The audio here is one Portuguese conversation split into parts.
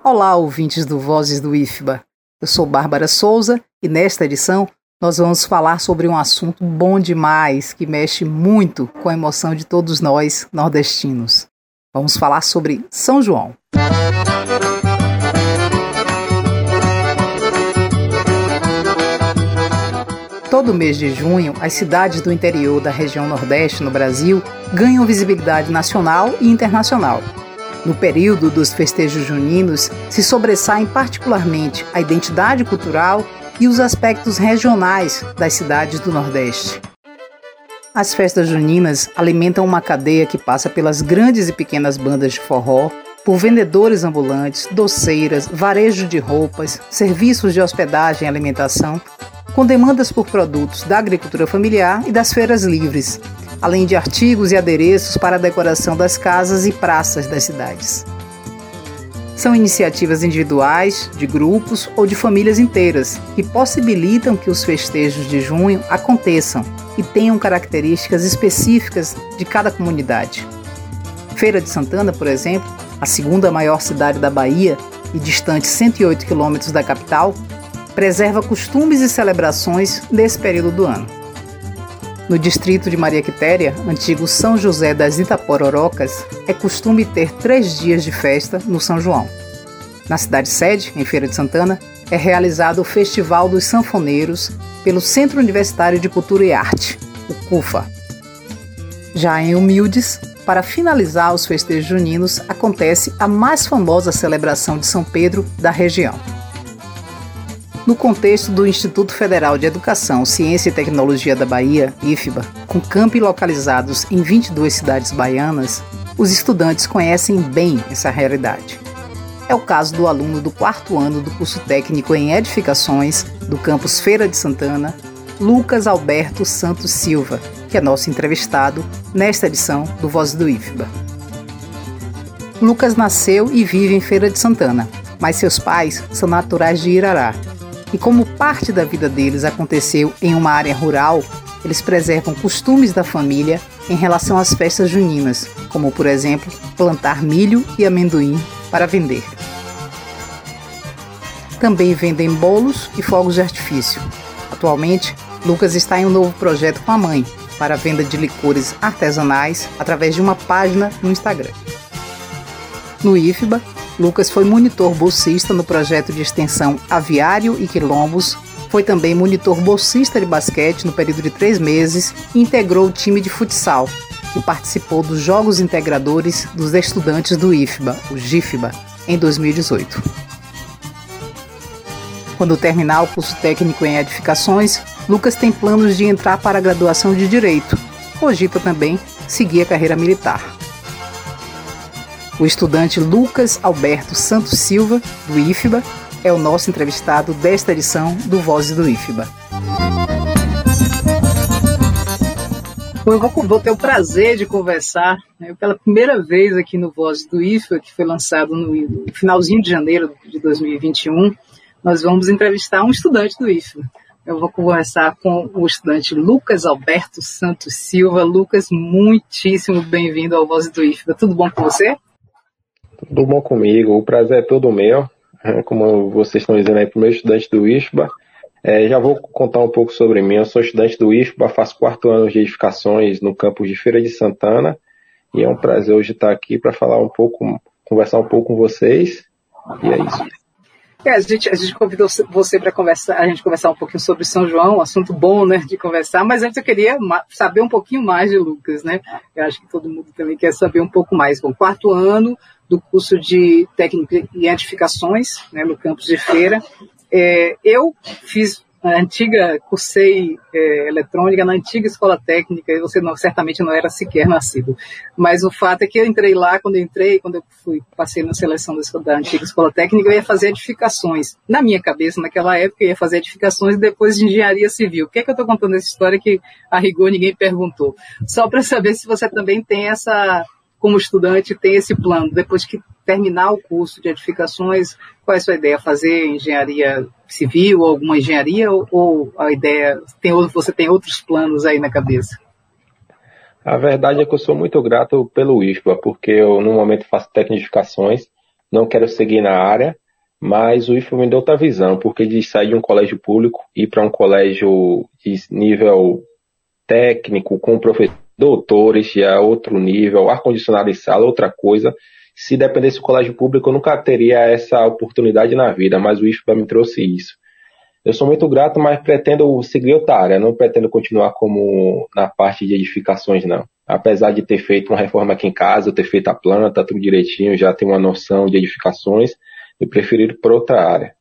Olá, ouvintes do Vozes do IFBA. Eu sou Bárbara Souza e nesta edição nós vamos falar sobre um assunto bom demais que mexe muito com a emoção de todos nós nordestinos. Vamos falar sobre São João. Todo mês de junho, as cidades do interior da região Nordeste no Brasil ganham visibilidade nacional e internacional. No período dos festejos juninos, se sobressaem particularmente a identidade cultural e os aspectos regionais das cidades do Nordeste. As festas juninas alimentam uma cadeia que passa pelas grandes e pequenas bandas de forró, por vendedores ambulantes, doceiras, varejo de roupas, serviços de hospedagem e alimentação, com demandas por produtos da agricultura familiar e das feiras livres, além de artigos e adereços para a decoração das casas e praças das cidades. São iniciativas individuais, de grupos ou de famílias inteiras que possibilitam que os festejos de junho aconteçam e tenham características específicas de cada comunidade. Feira de Santana, por exemplo, a segunda maior cidade da Bahia e distante 108 quilômetros da capital, preserva costumes e celebrações desse período do ano. No distrito de Maria Quitéria, antigo São José das Itapororocas, é costume ter 3 dias de festa no São João. Na cidade-sede, em Feira de Santana, é realizado o Festival dos Sanfoneiros pelo Centro Universitário de Cultura e Arte, o CUFA. Já em Humildes, para finalizar os festejos juninos, acontece a mais famosa celebração de São Pedro da região. No contexto do Instituto Federal de Educação, Ciência e Tecnologia da Bahia, IFBA, com campi localizados em 22 cidades baianas, os estudantes conhecem bem essa realidade. É o caso do aluno do 4º ano do curso técnico em edificações do campus Feira de Santana, Lucas Alberto Santos Silva, que é nosso entrevistado nesta edição do Voz do IFBA. Lucas nasceu e vive em Feira de Santana, mas seus pais são naturais de Irará. E como parte da vida deles aconteceu em uma área rural, eles preservam costumes da família em relação às festas juninas, como, por exemplo, plantar milho e amendoim para vender. Também vendem bolos e fogos de artifício. Atualmente, Lucas está em um novo projeto com a mãe, para a venda de licores artesanais através de uma página no Instagram. No IFBA, Lucas foi monitor bolsista no projeto de extensão Aviário e Quilombos, foi também monitor bolsista de basquete no período de 3 meses e integrou o time de futsal, que participou dos Jogos Integradores dos Estudantes do IFBA, o GIFBA, em 2018. Quando terminar o curso técnico em edificações, Lucas tem planos de entrar para a graduação de Direito. Cogita também seguir a carreira militar. O estudante Lucas Alberto Santos Silva, do IFBA, é o nosso entrevistado desta edição do Vozes do IFBA. Eu vou ter o prazer de conversar pela primeira vez aqui no Vozes do IFBA, que foi lançado no finalzinho de janeiro de 2021. Nós vamos entrevistar um estudante do IFBA. Eu vou conversar com o estudante Lucas Alberto Santos Silva. Lucas, muitíssimo bem-vindo ao Vozes do IFBA. Tudo bom com você? Tudo bom comigo, o prazer é todo meu, como vocês estão dizendo aí, primeiro estudante do IFBA. Já vou contar um pouco sobre mim. Eu sou estudante do IFBA, faço 4º ano de edificações no campus de Feira de Santana, e é um prazer hoje estar aqui para falar um pouco, conversar um pouco com vocês, e é isso. A gente convidou você para a gente conversar um pouquinho sobre São João, um assunto bom, né, de conversar, mas antes eu queria saber um pouquinho mais de Lucas, né? Eu acho que todo mundo também quer saber um pouco mais. Bom, 4º ano do curso de técnico em edificações, né, no campus de Feira. Eu fiz cursei eletrônica na antiga escola técnica, você certamente não era sequer nascido, mas o fato é que eu entrei lá, quando eu passei na seleção da antiga escola técnica, eu ia fazer edificações. Na minha cabeça, naquela época, eu ia fazer edificações e depois de engenharia civil. Por que eu estou contando essa história que, a rigor, ninguém perguntou? Só para saber se você também tem como estudante, tem esse plano, depois que terminar o curso de edificações, qual é a sua ideia? Fazer engenharia civil ou alguma engenharia, ou a ideia, você tem outros planos aí na cabeça? A verdade é que eu sou muito grato pelo IFBA, porque eu no momento faço técnico de edificações não quero seguir na área, mas o IFBA me deu outra visão, porque de sair de um colégio público e ir para um colégio de nível técnico, com professores, doutores, já outro nível, ar-condicionado em sala, outra coisa. Se dependesse do colégio público, eu nunca teria essa oportunidade na vida, mas o IFBA me trouxe isso. Eu sou muito grato, mas pretendo seguir outra área, não pretendo continuar como na parte de edificações, não. Apesar de ter feito uma reforma aqui em casa, ter feito a planta, tudo direitinho, já tenho uma noção de edificações, eu prefiro ir para outra área.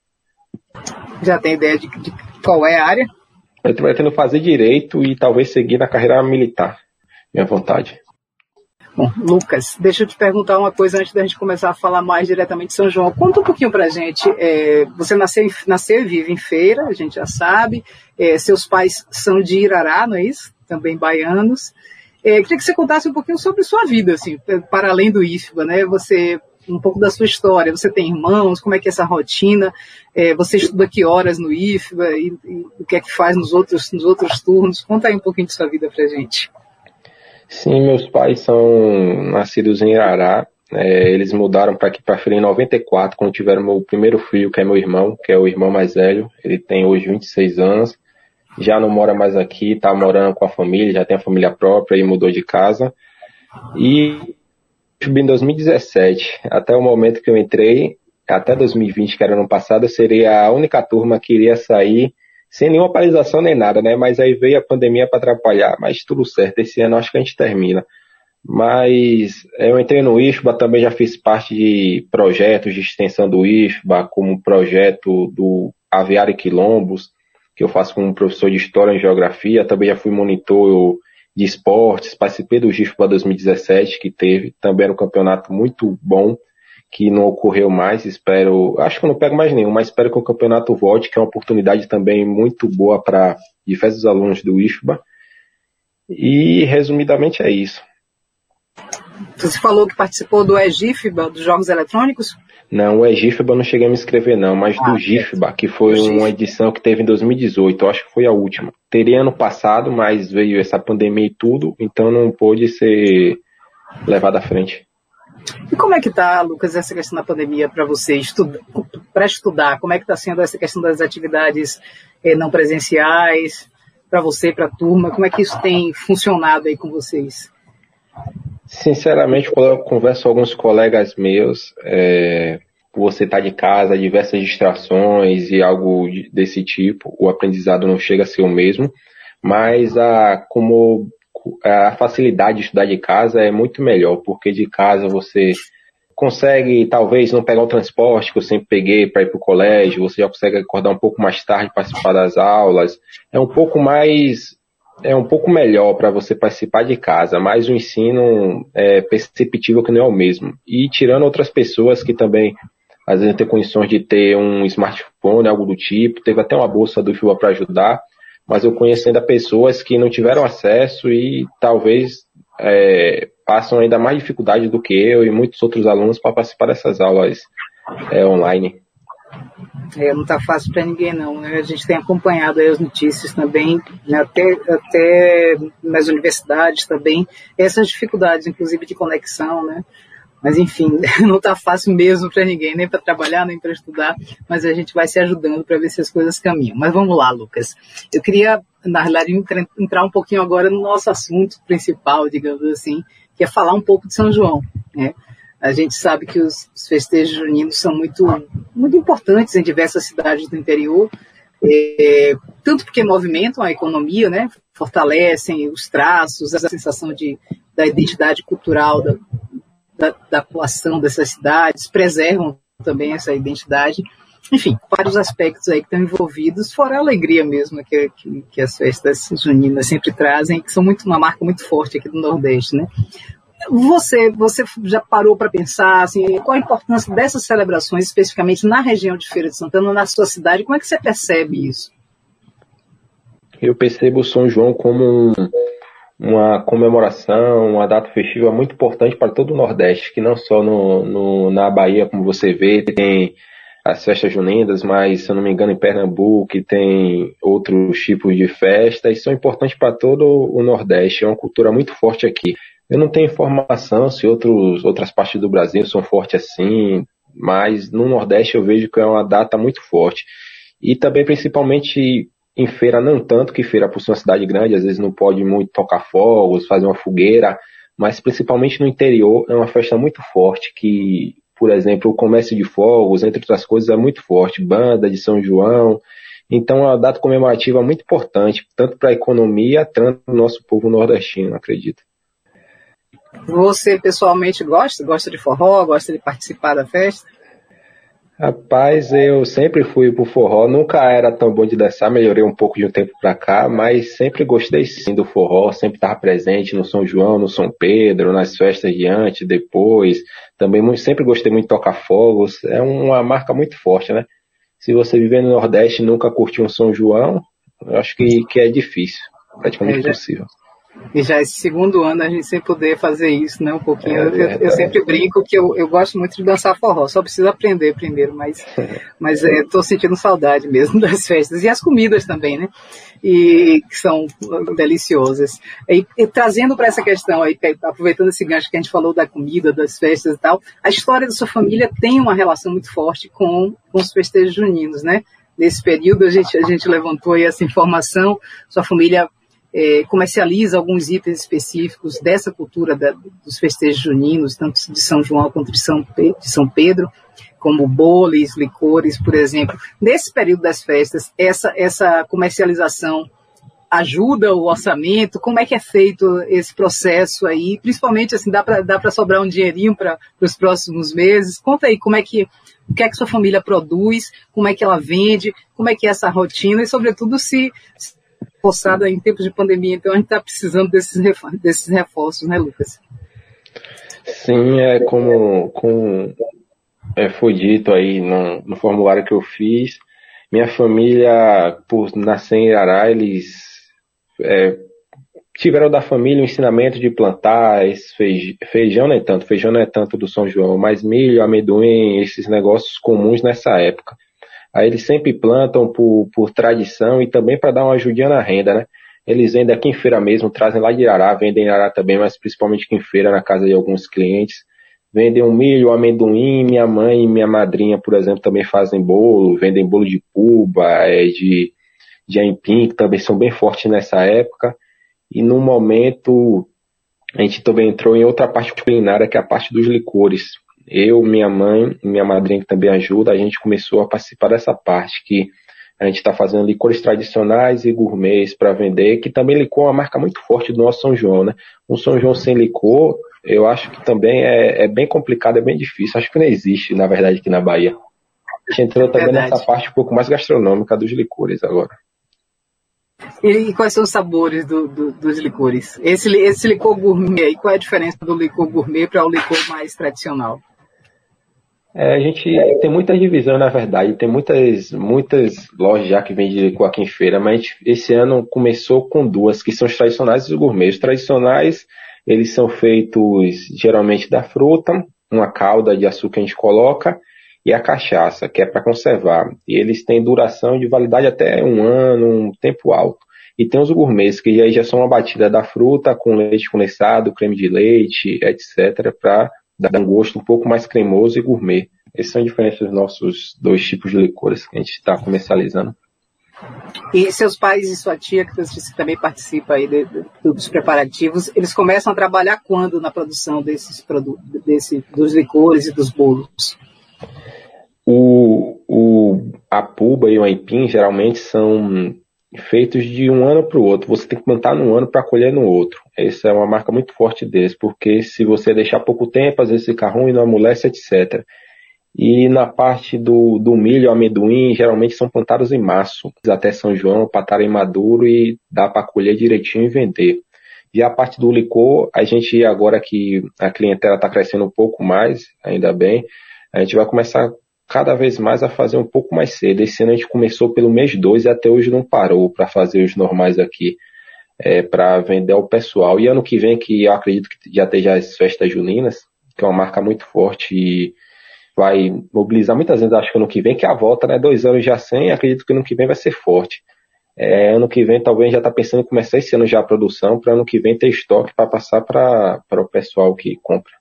Já tem ideia de qual é a área? Eu pretendo fazer direito e talvez seguir na carreira militar, minha vontade. Bom, Lucas, deixa eu te perguntar uma coisa antes da gente começar a falar mais diretamente de São João. Conta um pouquinho pra gente. Você nasceu e vive em Feira, a gente já sabe. Seus pais são de Irará, não é isso? Também baianos. Queria que você contasse um pouquinho sobre sua vida, assim, para além do IFBA, né? Um pouco da sua história. Você tem irmãos? Como é que é essa rotina? Você estuda que horas no IFBA? E o que é que faz nos outros turnos? Conta aí um pouquinho de sua vida pra gente. Sim, meus pais são nascidos em Irará. Eles mudaram para aqui para Feira em 94, quando tiveram meu primeiro filho, que é meu irmão, que é o irmão mais velho. Ele tem hoje 26 anos. Já não mora mais aqui, está morando com a família, já tem a família própria e mudou de casa. E em 2017, até o momento que eu entrei, até 2020, que era ano passado, eu seria a única turma que iria sair sem nenhuma paralisação nem nada, né? Mas aí veio a pandemia para atrapalhar, mas tudo certo. Esse ano acho que a gente termina. Mas eu entrei no IFBA, também já fiz parte de projetos de extensão do IFBA, como projeto do Aviário e Quilombos, que eu faço como professor de História e Geografia. Também já fui monitor de esportes, participei do IFBA 2017, que teve. Também era um campeonato muito bom, que não ocorreu mais, acho que eu não pego mais nenhum, mas espero que o campeonato volte, que é uma oportunidade também muito boa para diversos alunos do IFBA. E, resumidamente, é isso. Você falou que participou do EGIFBA, dos Jogos Eletrônicos? Não, o EGIFBA eu não cheguei a me inscrever não, mas do GIFBA, que foi uma edição que teve em 2018, eu acho que foi a última. Teria ano passado, mas veio essa pandemia e tudo, então não pôde ser levado à frente. E como é que está, Lucas, essa questão da pandemia para você para estudar? Como é que está sendo essa questão das atividades não presenciais para você, para a turma? Como é que isso tem funcionado aí com vocês? Sinceramente, quando eu converso com alguns colegas meus, você está de casa, diversas distrações e algo desse tipo, o aprendizado não chega a ser o mesmo, mas como a facilidade de estudar de casa é muito melhor, porque de casa você consegue, talvez, não pegar o transporte que eu sempre peguei para ir para o colégio, você já consegue acordar um pouco mais tarde, participar das aulas, é um pouco melhor para você participar de casa, mas o ensino é perceptível que não é o mesmo. E tirando outras pessoas que também, às vezes, não têm condições de ter um smartphone, algo do tipo, teve até uma bolsa do IFBA para ajudar, mas eu conheço ainda pessoas que não tiveram acesso e talvez passam ainda mais dificuldade do que eu e muitos outros alunos para participar dessas aulas online. Não está fácil para ninguém não, né? A gente tem acompanhado aí as notícias também, né? até nas universidades também, essas dificuldades, inclusive de conexão, né? Mas enfim, não está fácil mesmo para ninguém, nem para trabalhar, nem para estudar, mas a gente vai se ajudando para ver se as coisas caminham. Mas vamos lá, Lucas. Eu queria, na realidade, entrar um pouquinho agora no nosso assunto principal, digamos assim, que é falar um pouco de São João, né? A gente sabe que os festejos juninos são muito, muito importantes em diversas cidades do interior, tanto porque movimentam a economia, né? Fortalecem os traços, a sensação da identidade cultural da população dessas cidades, preservam também essa identidade. Enfim, vários aspectos aí que estão envolvidos, fora a alegria mesmo que as festas juninas sempre trazem, que são uma marca muito forte aqui do Nordeste, né? Você já parou para pensar assim, qual a importância dessas celebrações, especificamente na região de Feira de Santana, na sua cidade? Como é que você percebe isso? Eu percebo o São João como uma comemoração, uma data festiva muito importante para todo o Nordeste, que não só na Bahia, como você vê, tem as festas juninas, mas, se eu não me engano, em Pernambuco tem outros tipos de festas, e são importantes para todo o Nordeste, é uma cultura muito forte aqui. Eu não tenho informação se outras partes do Brasil são fortes assim, mas no Nordeste eu vejo que é uma data muito forte. E também, principalmente em feira, não tanto, que feira, por ser uma cidade grande, às vezes não pode muito tocar fogos, fazer uma fogueira, mas principalmente no interior é uma festa muito forte, que, por exemplo, o comércio de fogos, entre outras coisas, é muito forte, banda de São João. Então é uma data comemorativa muito importante, tanto para a economia, tanto para o nosso povo nordestino, acredito. Você pessoalmente gosta de forró, gosta de participar da festa? Rapaz, eu sempre fui pro forró, nunca era tão bom de dançar, melhorei um pouco de um tempo pra cá, mas sempre gostei sim do forró, sempre estava presente no São João, no São Pedro, nas festas de antes, depois, também sempre gostei muito de tocar fogos, é uma marca muito forte, né? Se você viver no Nordeste e nunca curtiu um São João, eu acho que é difícil, praticamente impossível. E já esse segundo ano a gente sem poder fazer isso, né? Um pouquinho. Eu sempre brinco que eu gosto muito de dançar forró, só preciso aprender primeiro, mas estou sentindo saudade mesmo das festas. E as comidas também, né? E que são deliciosas. E trazendo para essa questão aí, aproveitando esse gancho que a gente falou da comida, das festas e tal, a história da sua família tem uma relação muito forte com os festejos juninos, né? Nesse período a gente levantou aí essa informação, sua família comercializa alguns itens específicos dessa cultura dos festejos juninos, tanto de São João quanto de São Pedro, como bolos, licores, por exemplo. Nesse período das festas, essa comercialização ajuda o orçamento? Como é que é feito esse processo aí? Principalmente, assim, dá para sobrar um dinheirinho para os próximos meses? Conta aí o que é que sua família produz, como é que ela vende, como é que é essa rotina e, sobretudo, se forçada em tempos de pandemia, então a gente está precisando desses reforços, né, Lucas? Sim, como foi dito aí no formulário que eu fiz, minha família, por nascer em Irará, eles tiveram da família o ensinamento de plantar esse feijão não é tanto do São João, mas milho, amendoim, esses negócios comuns nessa época. Aí eles sempre plantam por tradição e também para dar uma ajudinha na renda, né? Eles vendem aqui em feira mesmo, trazem lá de Irará, vendem em Irará também, mas principalmente aqui em feira, na casa de alguns clientes. Vendem um milho, um amendoim, minha mãe e minha madrinha, por exemplo, também fazem bolo, vendem bolo de puba, de aipim, que também são bem fortes nessa época. E no momento, a gente também entrou em outra parte culinária, que é a parte dos licores. Eu, minha mãe e minha madrinha, que também ajuda, a gente começou a participar dessa parte, que a gente está fazendo licores tradicionais e gourmets para vender, que também licor é uma marca muito forte do nosso São João, né? Um São João sem licor, eu acho que também é bem complicado, é bem difícil. Acho que não existe, na verdade, aqui na Bahia. A gente entrou também nessa parte um pouco mais gastronômica dos licores agora. E quais são os sabores dos licores? Esse licor gourmet aí, qual é a diferença do licor gourmet para o licor mais tradicional? A gente tem muita divisão, na verdade. Tem muitas lojas já que vendem licor aqui em feira, mas esse ano começou com duas, que são os tradicionais e os gourmets. Os tradicionais, eles são feitos geralmente da fruta, uma calda de açúcar a gente coloca, e a cachaça, que é para conservar. E eles têm duração de validade até 1 ano, um tempo alto. E tem os gourmets, que aí já são uma batida da fruta com leite condensado, creme de leite, etc., para dar um gosto um pouco mais cremoso e gourmet. Esses são diferentes dos nossos 2 tipos de licores que a gente está comercializando. E seus pais e sua tia, que você também participa aí dos preparativos, eles começam a trabalhar quando na produção desses produtos, dos licores e dos bolos? A puba e o aipim geralmente são feitos de um ano para o outro. Você tem que plantar num ano para colher no outro. Essa é uma marca muito forte deles, porque se você deixar pouco tempo, às vezes fica ruim, não amolece, etc. E na parte do milho, amendoim, geralmente são plantados em março, até São João, para estarem maduro e dá para colher direitinho e vender. E a parte do licor, a gente, agora que a clientela está crescendo um pouco mais, ainda bem, a gente vai começar cada vez mais a fazer um pouco mais cedo. Esse ano a gente começou pelo mês 2 e até hoje não parou para fazer os normais aqui, para vender ao pessoal. E ano que vem, que eu acredito que já esteja as festas juninas, que é uma marca muito forte e vai mobilizar muitas vezes, acho que ano que vem, que é a volta, né? 2 anos já sem, acredito que ano que vem vai ser forte. Ano que vem talvez já está pensando em começar esse ano já a produção, para ano que vem ter estoque para passar para o pessoal que compra.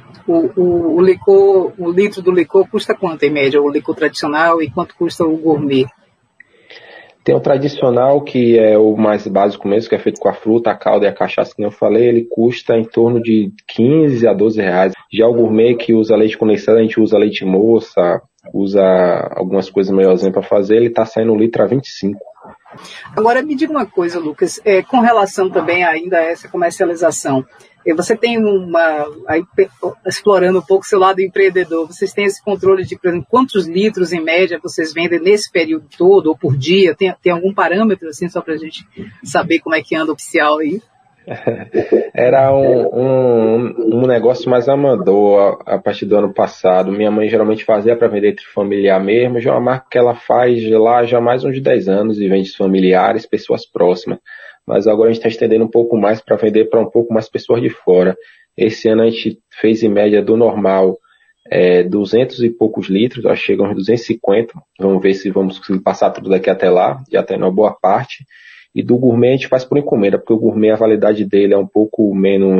O licor, o litro do licor custa quanto em média? O licor tradicional, e quanto custa o gourmet? Tem o tradicional, que é o mais básico mesmo, que é feito com a fruta, a calda e a cachaça, que eu falei, ele custa em torno de 15 a 12 reais. Já o gourmet, que usa leite condensado, a gente usa leite moça, usa algumas coisas melhorzinhas para fazer, ele está saindo um litro a 25. Agora, me diga uma coisa, Lucas, com relação também ainda a essa comercialização. Você tem explorando um pouco o seu lado empreendedor, vocês têm esse controle de, por exemplo, quantos litros em média vocês vendem nesse período todo, ou por dia? Tem algum parâmetro, assim, só para a gente saber como é que anda oficial aí? Era um negócio mais amador a partir do ano passado. Minha mãe geralmente fazia para vender entre familiar mesmo, já é uma marca que ela faz lá já há mais uns 10 anos e vende familiares, pessoas próximas. Mas agora a gente está estendendo um pouco mais para vender para um pouco mais pessoas de fora. Esse ano a gente fez em média do normal 200 e poucos litros, acho que chegam uns 250. Vamos ver se vamos conseguir passar tudo daqui até lá, já tem uma boa parte. E do gourmet a gente faz por encomenda, porque o gourmet, a validade dele é um pouco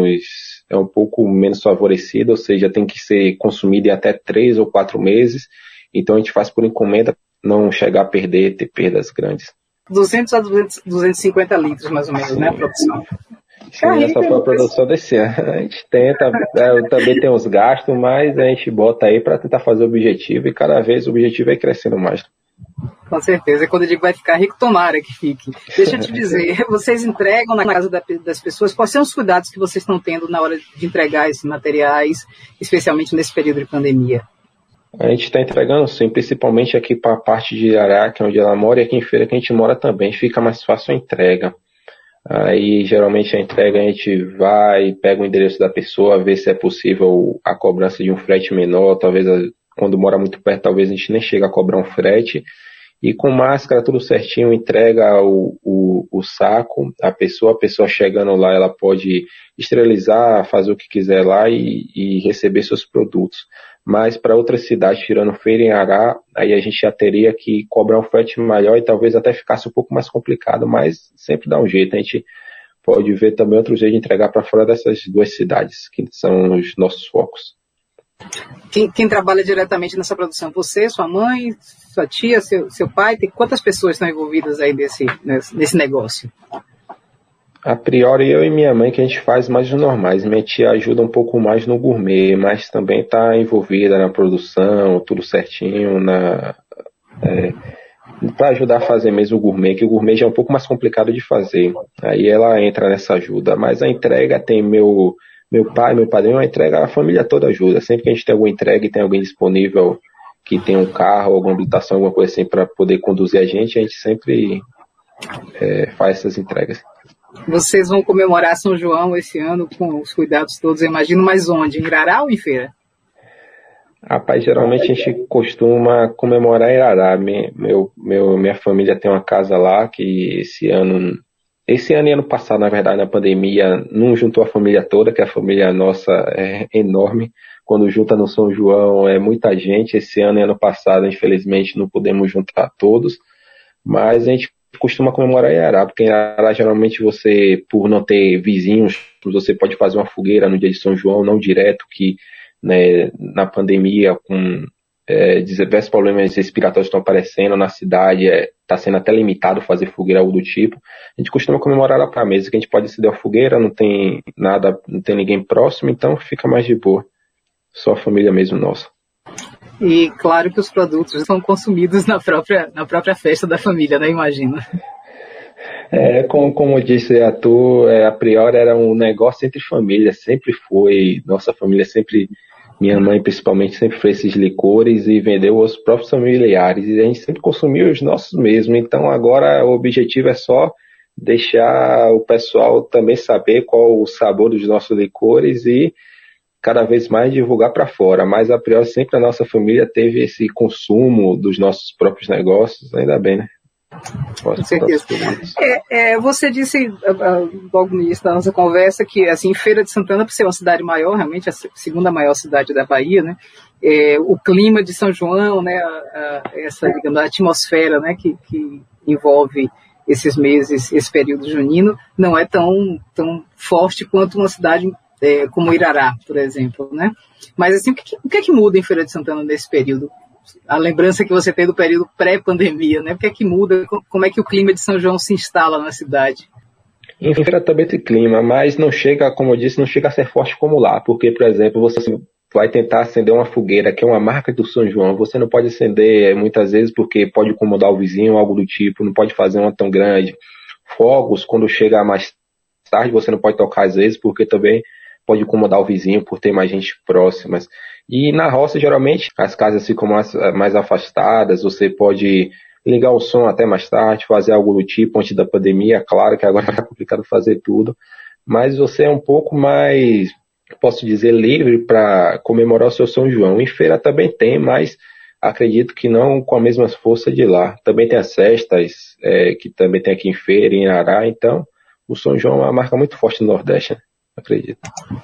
menos favorecida, ou seja, tem que ser consumido em até 3 ou 4 meses. Então a gente faz por encomenda, não chegar a ter perdas grandes. 200 a 250 litros, mais ou menos, né, a produção? Sim, essa foi a produção desse ano. A gente tenta, também tem os gastos, mas a gente bota aí para tentar fazer o objetivo, e cada vez o objetivo vai crescendo mais. Com certeza. Quando eu digo vai ficar rico, tomara que fique. Deixa eu te dizer, vocês entregam na casa das pessoas, quais são os cuidados que vocês estão tendo na hora de entregar esses materiais, especialmente nesse período de pandemia? A gente está entregando, sim, principalmente aqui para a parte de Irará, que é onde ela mora, e aqui em Feira, que a gente mora também, fica mais fácil a entrega. Aí, geralmente, a entrega a gente vai, pega o endereço da pessoa, vê se é possível a cobrança de um frete menor, talvez quando mora muito perto, talvez a gente nem chegue a cobrar um frete. E com máscara, tudo certinho, entrega o saco, a pessoa chegando lá, ela pode esterilizar, fazer o que quiser lá e receber seus produtos. Mas para outras cidades, tirando Feira e Irará, aí a gente já teria que cobrar um frete maior e talvez até ficasse um pouco mais complicado, mas sempre dá um jeito. A gente pode ver também outro jeito de entregar para fora dessas duas cidades, que são os nossos focos. Quem trabalha diretamente nessa produção? Você, sua mãe, sua tia, seu pai? Quantas pessoas estão envolvidas aí nesse negócio? A priori, eu e minha mãe, que a gente faz mais os normais. Minha tia ajuda um pouco mais no gourmet, mas também está envolvida na produção, tudo certinho, para ajudar a fazer mesmo o gourmet, que o gourmet já é um pouco mais complicado de fazer. Aí ela entra nessa ajuda. Mas a entrega tem meu pai, meu padrinho, a entrega, a família toda ajuda. Sempre que a gente tem alguma entrega e tem alguém disponível que tem um carro, alguma habilitação, alguma coisa assim para poder conduzir a gente sempre faz essas entregas. Vocês vão comemorar São João esse ano com os cuidados todos, eu imagino, mas onde? Em Irará ou em Feira? Rapaz, geralmente a gente costuma comemorar em Irará. Minha família tem uma casa lá que esse ano e ano passado, na verdade, na pandemia, não juntou a família toda, que a família nossa é enorme. Quando junta no São João é muita gente. Esse ano e ano passado, infelizmente, não pudemos juntar todos, mas a gente costuma comemorar em Irará, porque em Irará geralmente você, por não ter vizinhos, você pode fazer uma fogueira no dia de São João, não direto, que né, na pandemia, com diversos problemas respiratórios estão aparecendo na cidade, está sendo até limitado fazer fogueira, algo do tipo. A gente costuma comemorar lá para a mesa, que a gente pode acender a fogueira, não tem nada, não tem ninguém próximo, então fica mais de boa. Só a família mesmo nossa. E claro que os produtos são consumidos na própria festa da família, né? Imagina. Como disse a priori era um negócio entre família, sempre foi. Nossa família sempre, minha mãe principalmente, sempre fez esses licores e vendeu aos próprios familiares. E a gente sempre consumiu os nossos mesmo. Então agora o objetivo é só deixar o pessoal também saber qual o sabor dos nossos licores e cada vez mais divulgar para fora, mas a priori sempre a nossa família teve esse consumo dos nossos próprios negócios, ainda bem, né? Com certeza. Você disse logo no início da nossa conversa que assim, Feira de Santana, por ser uma cidade maior, realmente a segunda maior cidade da Bahia, né? O clima de São João, né? Essa, digamos, a atmosfera, né? Que envolve esses meses, esse período junino, não é tão forte quanto uma cidade como Irará, por exemplo, né? Mas assim, o que é que muda em Feira de Santana nesse período? A lembrança que você tem do período pré-pandemia, né? O que é que muda? Como é que o clima de São João se instala na cidade? Em feira também tem clima, mas não chega, como eu disse, não chega a ser forte como lá, porque, por exemplo, você vai tentar acender uma fogueira, que é uma marca do São João, você não pode acender muitas vezes porque pode incomodar o vizinho, algo do tipo, não pode fazer uma tão grande. Fogos, quando chega mais tarde, você não pode tocar às vezes, porque também pode incomodar o vizinho por ter mais gente próxima. E na roça, geralmente, as casas ficam mais afastadas, você pode ligar o som até mais tarde, fazer algo do tipo antes da pandemia. Claro que agora é complicado fazer tudo, mas você é um pouco mais, posso dizer, livre para comemorar o seu São João. Em feira também tem, mas acredito que não com a mesma força de lá. Também tem as festas, que também tem aqui em feira, em Ará, então o São João é uma marca muito forte no Nordeste, né? Acredito.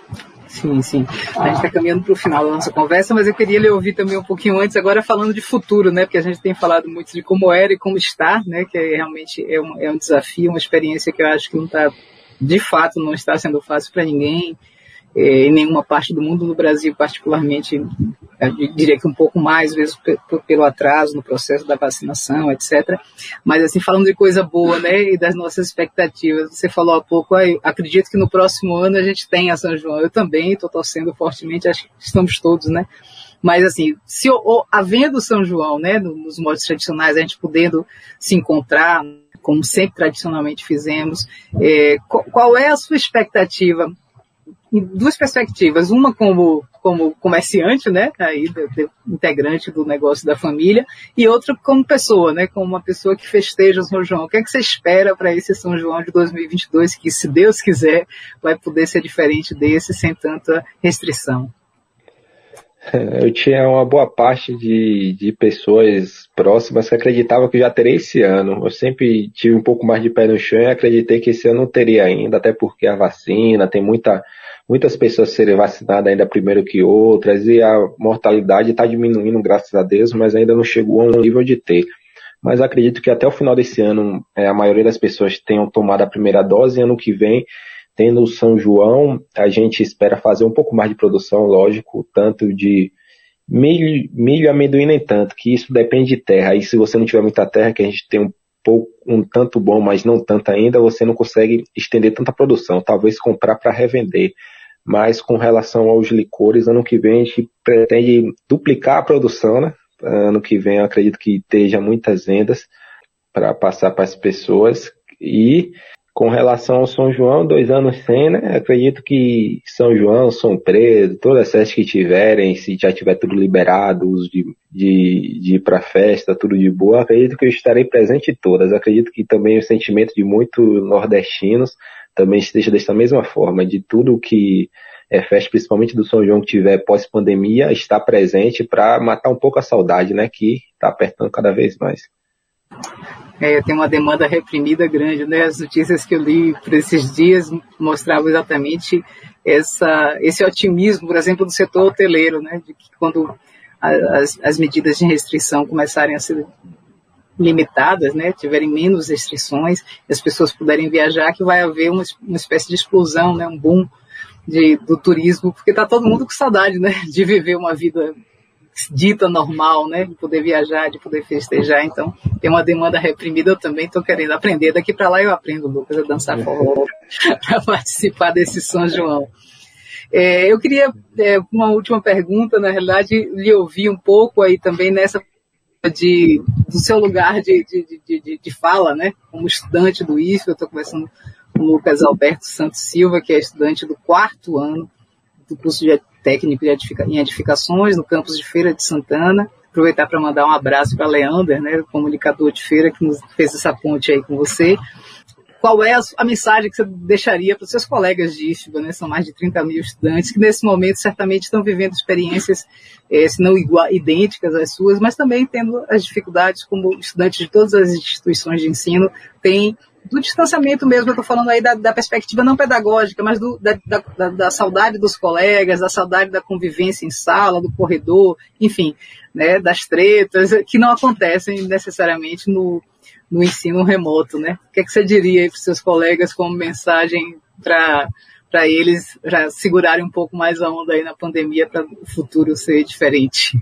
Sim, sim. A gente está caminhando para o final da nossa conversa, mas eu queria lhe ouvir também um pouquinho antes, agora falando de futuro, né? Porque a gente tem falado muito de como era e como está, né? Que realmente é um desafio, uma experiência que eu acho que não está, de fato, não está sendo fácil para ninguém. Em nenhuma parte do mundo, no Brasil particularmente, eu diria que um pouco mais, às vezes pelo atraso no processo da vacinação, etc. Mas assim, falando de coisa boa, né, e das nossas expectativas, você falou há pouco, acredito que no próximo ano a gente tenha São João. Eu também estou torcendo fortemente, acho que estamos todos, né? Mas assim, se havendo São João, né, nos modos tradicionais, a gente podendo se encontrar, como sempre tradicionalmente fizemos, qual é a sua expectativa? Em duas perspectivas, uma como comerciante, né, aí, integrante do negócio da família, e outra como pessoa, né, como uma pessoa que festeja o São João. O que é que você espera para esse São João de 2022, que, se Deus quiser, vai poder ser diferente desse, sem tanta restrição? Eu tinha uma boa parte de pessoas próximas que acreditavam que já teria esse ano. Eu sempre tive um pouco mais de pé no chão e acreditei que esse ano não teria ainda, até porque a vacina, tem muitas pessoas serem vacinadas ainda primeiro que outras, e a mortalidade está diminuindo, graças a Deus, mas ainda não chegou a um nível de ter. Mas acredito que até o final desse ano, a maioria das pessoas tenham tomado a primeira dose, e ano que vem, tendo o São João, a gente espera fazer um pouco mais de produção, lógico, tanto de milho e amendoim nem tanto, que isso depende de terra. Aí se você não tiver muita terra, que a gente tem um tanto bom, mas não tanto ainda, você não consegue estender tanta produção, talvez comprar para revender. Mas com relação aos licores, ano que vem a gente pretende duplicar a produção, né? Ano que vem eu acredito que esteja muitas vendas para passar para as pessoas. E com relação ao São João, 2 anos sem, né? Acredito que São João, São Pedro, todas as festas que tiverem, se já tiver tudo liberado, uso de ir para festa, tudo de boa, acredito que eu estarei presente em todas. Acredito que também o sentimento de muitos nordestinos também esteja dessa mesma forma, de tudo que é festa, principalmente do São João que tiver pós-pandemia, estar presente para matar um pouco a saudade, né? Que está apertando cada vez mais. Tem uma demanda reprimida grande, né? As notícias que eu li por esses dias mostravam exatamente esse otimismo, por exemplo, do setor hoteleiro, né? De que quando as medidas de restrição começarem a ser limitadas, né? Tiverem menos restrições, as pessoas puderem viajar, que vai haver uma espécie de explosão, né? Um boom do turismo, porque está todo mundo com saudade, né? De viver uma vida dita normal, né, de poder viajar, de poder festejar. Então tem uma demanda reprimida. Eu também estou querendo aprender, daqui para lá eu aprendo, Lucas, a dançar forró para participar desse São João. Eu queria, uma última pergunta, na realidade, lhe ouvir um pouco aí também nessa do seu lugar de fala, né, como estudante do IFE. Eu estou conversando com o Lucas Alberto Santos Silva, que é estudante do 4º ano do curso de técnico em edificações no campus de Feira de Santana. Aproveitar para mandar um abraço para Leander, né, o comunicador de feira que nos fez essa ponte aí com você. Qual é a mensagem que você deixaria para os seus colegas de IFBA, né? São mais de 30 mil estudantes que nesse momento certamente estão vivendo experiências, se não idênticas às suas, mas também tendo as dificuldades como estudantes de todas as instituições de ensino têm, do distanciamento mesmo. Eu estou falando aí da perspectiva não pedagógica, mas da saudade dos colegas, da saudade da convivência em sala, do corredor, enfim, né, das tretas, que não acontecem necessariamente no ensino remoto, né? O que é que você diria aí para os seus colegas como mensagem para para eles já segurarem um pouco mais a onda aí na pandemia para o futuro ser diferente?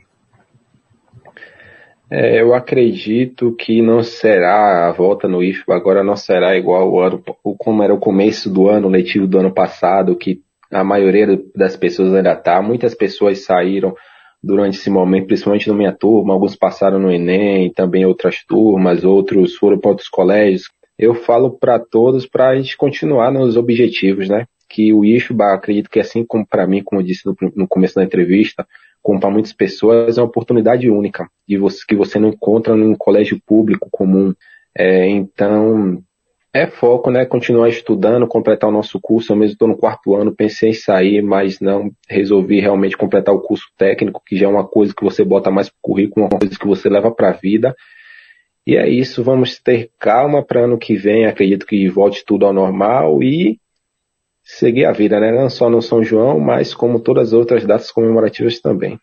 Eu acredito que não será a volta no IFBA, agora não será igual como era o começo do ano letivo do ano passado, que a maioria das pessoas ainda está. Muitas pessoas saíram durante esse momento, principalmente na minha turma, alguns passaram no Enem, também outras turmas, outros foram para outros colégios. Eu falo para todos para a gente continuar nos objetivos, né? Que o IFBA, acredito que assim como para mim, como eu disse no começo da entrevista, como para muitas pessoas, é uma oportunidade única que você não encontra num colégio público comum. Então, é foco, né? Continuar estudando, completar o nosso curso. Eu mesmo estou no 4º ano, pensei em sair, mas não resolvi realmente completar o curso técnico, que já é uma coisa que você bota mais para o currículo, uma coisa que você leva para a vida. E é isso, vamos ter calma para ano que vem, acredito que volte tudo ao normal e seguir a vida, né? Não só no São João, mas como todas as outras datas comemorativas também.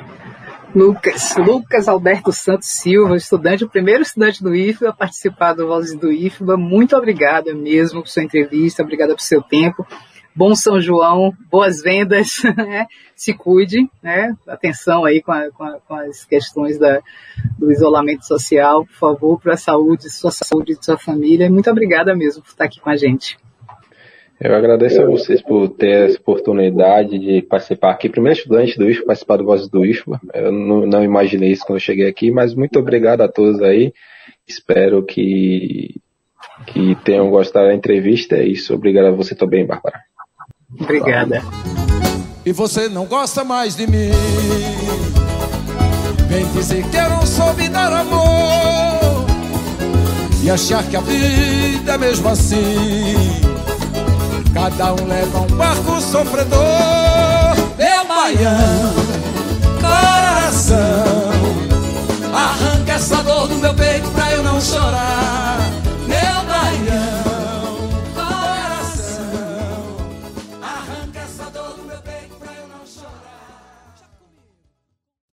Lucas Alberto Santos Silva, o primeiro estudante do IFBA a participar do Vozes do IFBA. Muito obrigada mesmo por sua entrevista, obrigada por seu tempo. Bom São João, boas vendas, né? Se cuide, né? Atenção aí com as questões do isolamento social, por favor, para a saúde de sua família. Muito obrigada mesmo por estar aqui com a gente. Eu agradeço a vocês por ter essa oportunidade de participar aqui. Primeiro estudante do IFBA, participar do Vozes do IFBA. Eu não imaginei isso quando eu cheguei aqui, mas muito obrigado a todos aí. Espero que tenham gostado da entrevista. É isso. Obrigado a você também, Bárbara. Obrigada. E você não gosta mais de mim? Vem dizer que eu não soube dar amor e achar que a vida é mesmo assim. Cada um leva um barco sofredor. Meu baião, coração, arranca essa dor do meu peito pra eu não chorar.